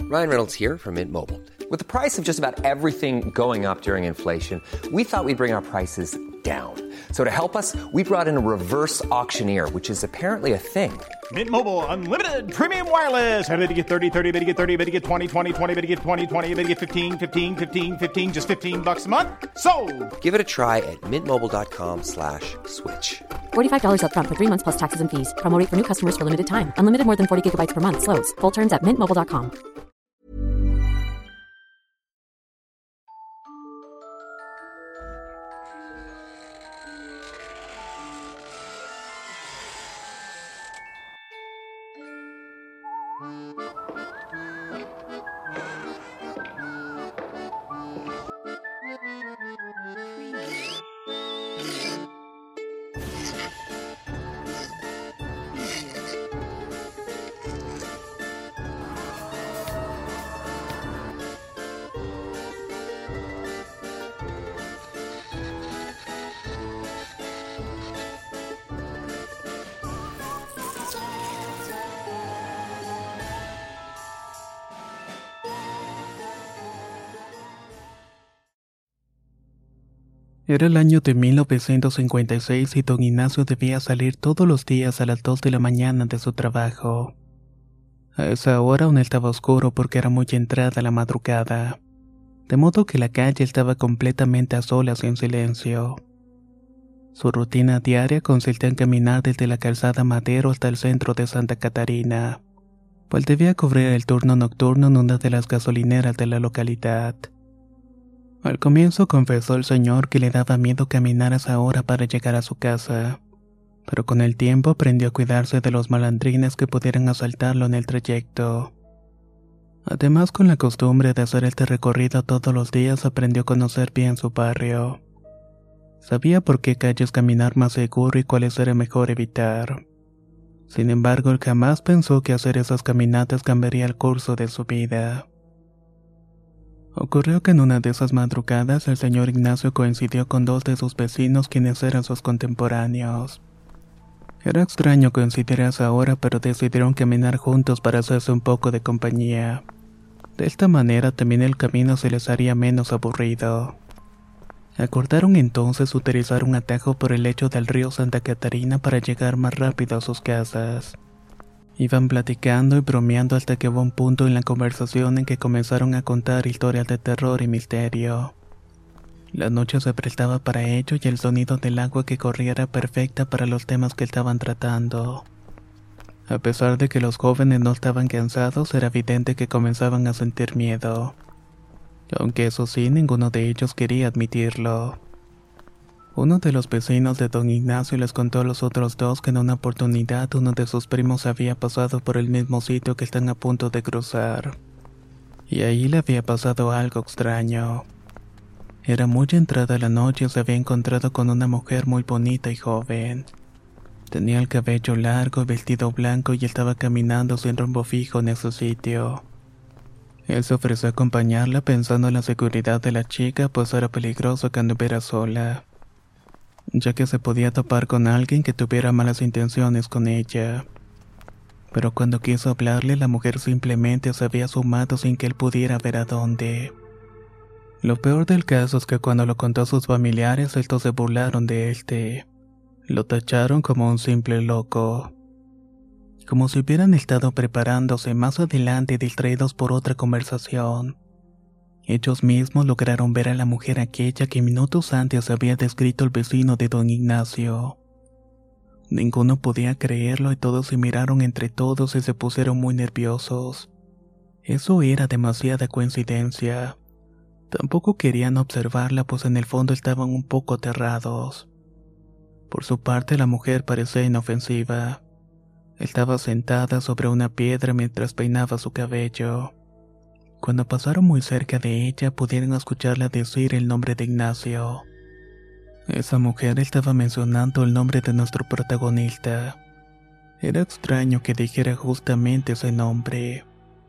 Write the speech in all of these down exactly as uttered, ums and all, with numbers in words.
Ryan Reynolds here from Mint Mobile. With the price of just about everything going up during inflation, we thought we'd bring our prices down. So to help us, we brought in a reverse auctioneer, which is apparently a thing. Mint Mobile Unlimited Premium Wireless. How to get thirty, thirty, how to get thirty, how to get twenty, twenty, twenty, how to get twenty, twenty, how to get fifteen, fifteen, fifteen, fifteen, just fifteen bucks a month? Sold! Give it a try at mintmobile.com slash switch. forty-five dollars up front for three months plus taxes and fees. Promo rate for new customers for limited time. Unlimited more than forty gigabytes per month. Slows full terms at mint mobile dot com. Era el año de mil novecientos cincuenta y seis y don Ignacio debía salir todos los días a las dos de la mañana de su trabajo. A esa hora aún estaba oscuro porque era muy entrada la madrugada, de modo que la calle estaba completamente a solas y en silencio. Su rutina diaria consistía en caminar desde la calzada Madero hasta el centro de Santa Catarina, pues debía cubrir el turno nocturno en una de las gasolineras de la localidad. Al comienzo confesó el señor que le daba miedo caminar a esa hora para llegar a su casa, pero con el tiempo aprendió a cuidarse de los malandrines que pudieran asaltarlo en el trayecto. Además, con la costumbre de hacer este recorrido todos los días, aprendió a conocer bien su barrio. Sabía por qué calles caminar más seguro y cuáles era mejor evitar. Sin embargo, él jamás pensó que hacer esas caminatas cambiaría el curso de su vida. Ocurrió que en una de esas madrugadas el señor Ignacio coincidió con dos de sus vecinos quienes eran sus contemporáneos. Era extraño coincidir a esa hora, pero decidieron caminar juntos para hacerse un poco de compañía. De esta manera también el camino se les haría menos aburrido. Acordaron entonces utilizar un atajo por el lecho del río Santa Catarina para llegar más rápido a sus casas. Iban platicando y bromeando hasta que hubo un punto en la conversación en que comenzaron a contar historias de terror y misterio. La noche se prestaba para ello y el sonido del agua que corría era perfecta para los temas que estaban tratando. A pesar de que los jóvenes no estaban cansados, era evidente que comenzaban a sentir miedo. Aunque eso sí, ninguno de ellos quería admitirlo. Uno de los vecinos de don Ignacio les contó a los otros dos que en una oportunidad uno de sus primos había pasado por el mismo sitio que están a punto de cruzar. Y ahí le había pasado algo extraño. Era muy entrada la noche y se había encontrado con una mujer muy bonita y joven. Tenía el cabello largo y vestido blanco y estaba caminando sin rumbo fijo en ese sitio. Él se ofreció a acompañarla pensando en la seguridad de la chica, pues era peligroso que anduviera sola, ya que se podía topar con alguien que tuviera malas intenciones con ella. Pero cuando quiso hablarle, la mujer simplemente se había sumado sin que él pudiera ver a dónde. Lo peor del caso es que cuando lo contó a sus familiares, estos se burlaron de él. Lo tacharon como un simple loco. Como si hubieran estado preparándose más adelante distraídos por otra conversación. Ellos mismos lograron ver a la mujer aquella que minutos antes había descrito el vecino de don Ignacio. Ninguno podía creerlo y todos se miraron entre todos y se pusieron muy nerviosos. Eso era demasiada coincidencia. Tampoco querían observarla, pues en el fondo estaban un poco aterrados. Por su parte, la mujer parecía inofensiva. Estaba sentada sobre una piedra mientras peinaba su cabello. Cuando pasaron muy cerca de ella, pudieron escucharla decir el nombre de Ignacio. Esa mujer estaba mencionando el nombre de nuestro protagonista. Era extraño que dijera justamente ese nombre.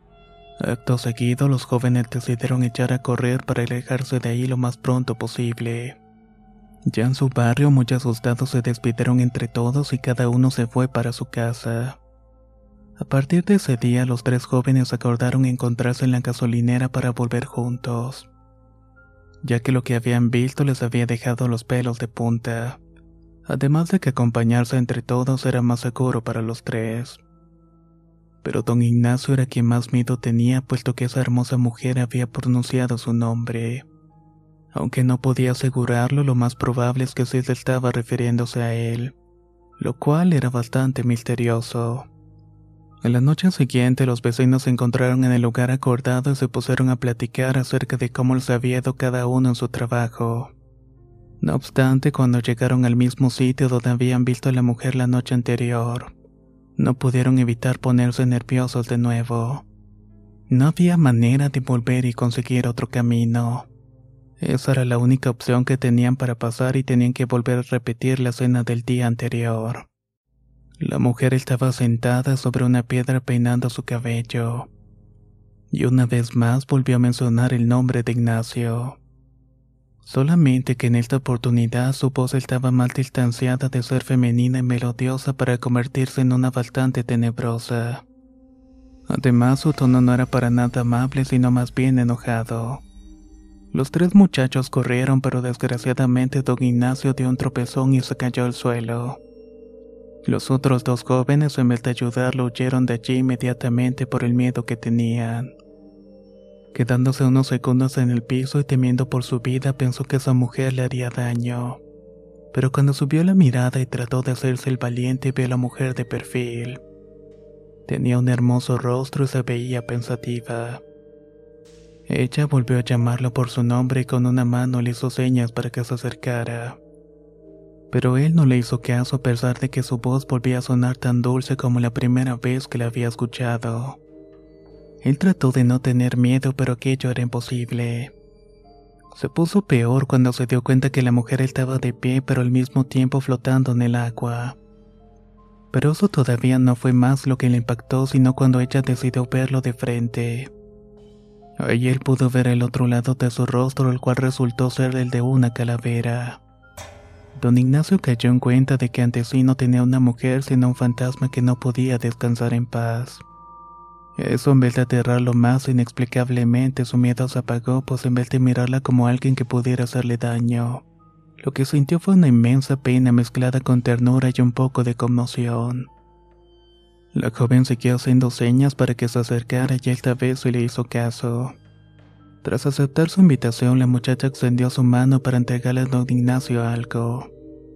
Acto seguido, los jóvenes decidieron echar a correr para alejarse de ahí lo más pronto posible. Ya en su barrio, muy asustados se despidieron entre todos y cada uno se fue para su casa. A partir de ese día, los tres jóvenes acordaron encontrarse en la gasolinera para volver juntos, ya que lo que habían visto les había dejado los pelos de punta, además de que acompañarse entre todos era más seguro para los tres. Pero don Ignacio era quien más miedo tenía, puesto que esa hermosa mujer había pronunciado su nombre. Aunque no podía asegurarlo, lo más probable es que sí se estaba refiriéndose a él, lo cual era bastante misterioso. En la noche siguiente, los vecinos se encontraron en el lugar acordado y se pusieron a platicar acerca de cómo les había ido cada uno en su trabajo. No obstante, cuando llegaron al mismo sitio donde habían visto a la mujer la noche anterior, no pudieron evitar ponerse nerviosos de nuevo. No había manera de volver y conseguir otro camino. Esa era la única opción que tenían para pasar y tenían que volver a repetir la escena del día anterior. La mujer estaba sentada sobre una piedra peinando su cabello. Y una vez más volvió a mencionar el nombre de Ignacio. Solamente que en esta oportunidad su voz estaba más distanciada de ser femenina y melodiosa para convertirse en una bastante tenebrosa. Además, su tono no era para nada amable, sino más bien enojado. Los tres muchachos corrieron, pero desgraciadamente don Ignacio dio un tropezón y se cayó al suelo. Los otros dos jóvenes, en vez de ayudarlo, huyeron de allí inmediatamente por el miedo que tenían. Quedándose unos segundos en el piso y temiendo por su vida, pensó que esa mujer le haría daño. Pero cuando subió la mirada y trató de hacerse el valiente, vio a la mujer de perfil. Tenía un hermoso rostro y se veía pensativa. Ella volvió a llamarlo por su nombre y con una mano le hizo señas para que se acercara. Pero él no le hizo caso a pesar de que su voz volvía a sonar tan dulce como la primera vez que la había escuchado. Él trató de no tener miedo, pero aquello era imposible. Se puso peor cuando se dio cuenta que la mujer estaba de pie, pero al mismo tiempo flotando en el agua. Pero eso todavía no fue más lo que le impactó, sino cuando ella decidió verlo de frente. Ahí él pudo ver el otro lado de su rostro, el cual resultó ser el de una calavera. Don Ignacio cayó en cuenta de que ante sí no tenía una mujer, sino un fantasma que no podía descansar en paz. Eso, en vez de aterrarlo más inexplicablemente, su miedo se apagó, pues en vez de mirarla como alguien que pudiera hacerle daño, lo que sintió fue una inmensa pena mezclada con ternura y un poco de conmoción. La joven siguió haciendo señas para que se acercara y esta vez se le hizo caso. Tras aceptar su invitación, la muchacha extendió su mano para entregarle a don Ignacio algo.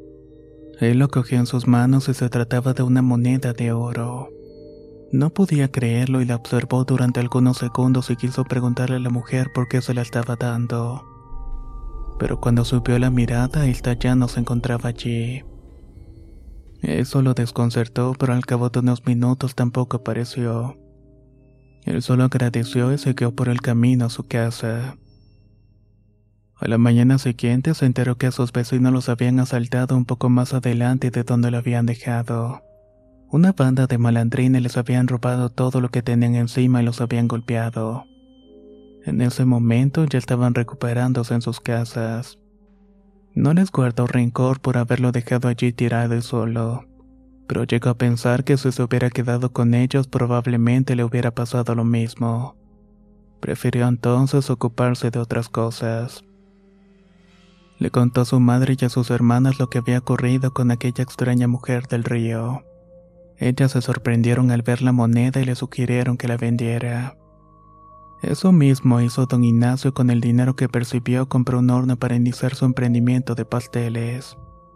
Él lo cogió en sus manos y se trataba de una moneda de oro. No podía creerlo y la observó durante algunos segundos y quiso preguntarle a la mujer por qué se la estaba dando. Pero cuando subió la mirada, esta ya no se encontraba allí. Eso lo desconcertó, pero al cabo de unos minutos tampoco apareció. Él solo agradeció y siguió por el camino a su casa. A la mañana siguiente se enteró que a sus vecinos los habían asaltado un poco más adelante de donde lo habían dejado. Una banda de malandrines les habían robado todo lo que tenían encima y los habían golpeado. En ese momento ya estaban recuperándose en sus casas. No les guardó rencor por haberlo dejado allí tirado y solo, pero llegó a pensar que si se hubiera quedado con ellos probablemente le hubiera pasado lo mismo. Prefirió entonces ocuparse de otras cosas. Le contó a su madre y a sus hermanas lo que había ocurrido con aquella extraña mujer del río. Ellas se sorprendieron al ver la moneda y le sugirieron que la vendiera. Eso mismo hizo don Ignacio. Con el dinero que percibió, compró un horno para iniciar su emprendimiento de pasteles.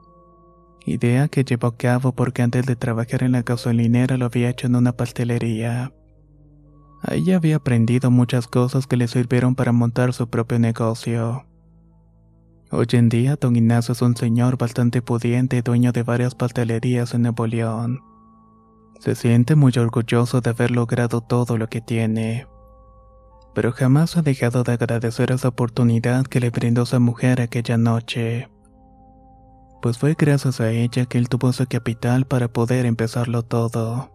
Idea que llevó a cabo porque antes de trabajar en la gasolinera lo había hecho en una pastelería. Ahí había aprendido muchas cosas que le sirvieron para montar su propio negocio. Hoy en día, don Ignacio es un señor bastante pudiente y dueño de varias pastelerías en Nuevo León. Se siente muy orgulloso de haber logrado todo lo que tiene. Pero jamás ha dejado de agradecer esa oportunidad que le brindó esa mujer aquella noche. Pues fue gracias a ella que él tuvo ese capital para poder empezarlo todo.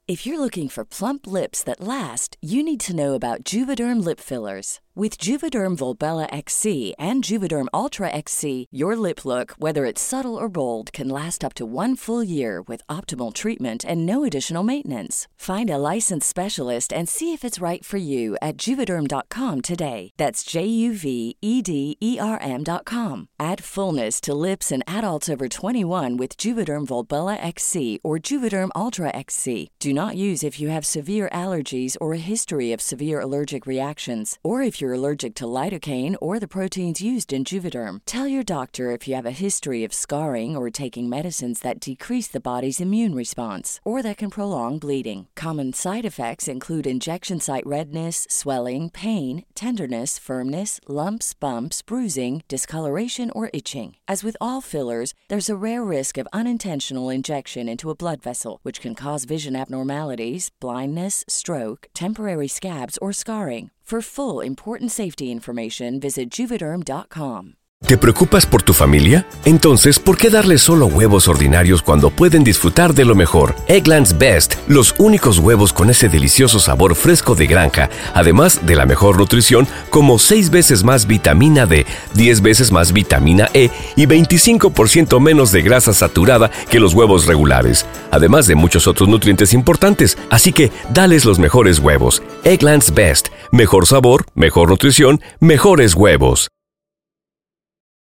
If you're looking for plump lips that last, you need to know about Juvederm lip fillers. With Juvederm Volbella X C and Juvederm Ultra X C, your lip look, whether it's subtle or bold, can last up to one full year with optimal treatment and no additional maintenance. Find a licensed specialist and see if it's right for you at Juvederm dot com today. That's J U V E D E R M dot com. Add fullness to lips in adults over twenty-one with Juvederm Volbella X C or Juvederm Ultra X C. Do not use if you have severe allergies or a history of severe allergic reactions, or if you're allergic to lidocaine or the proteins used in Juvederm. Tell your doctor if you have a history of scarring or taking medicines that decrease the body's immune response or that can prolong bleeding. Common side effects include injection site redness, swelling, pain, tenderness, firmness, lumps, bumps, bruising, discoloration, or itching. As with all fillers, there's a rare risk of unintentional injection into a blood vessel, which can cause vision abnormalities, blindness, stroke, temporary scabs, or scarring. For full important safety information, visit Juvederm dot com. ¿Te preocupas por tu familia? Entonces, ¿por qué darles solo huevos ordinarios cuando pueden disfrutar de lo mejor? Eggland's Best, los únicos huevos con ese delicioso sabor fresco de granja, además de la mejor nutrición, como seis veces más vitamina D, diez veces más vitamina E y veinticinco por ciento menos de grasa saturada que los huevos regulares, además de muchos otros nutrientes importantes. Así que, dales los mejores huevos. Eggland's Best, mejor sabor, mejor nutrición, mejores huevos.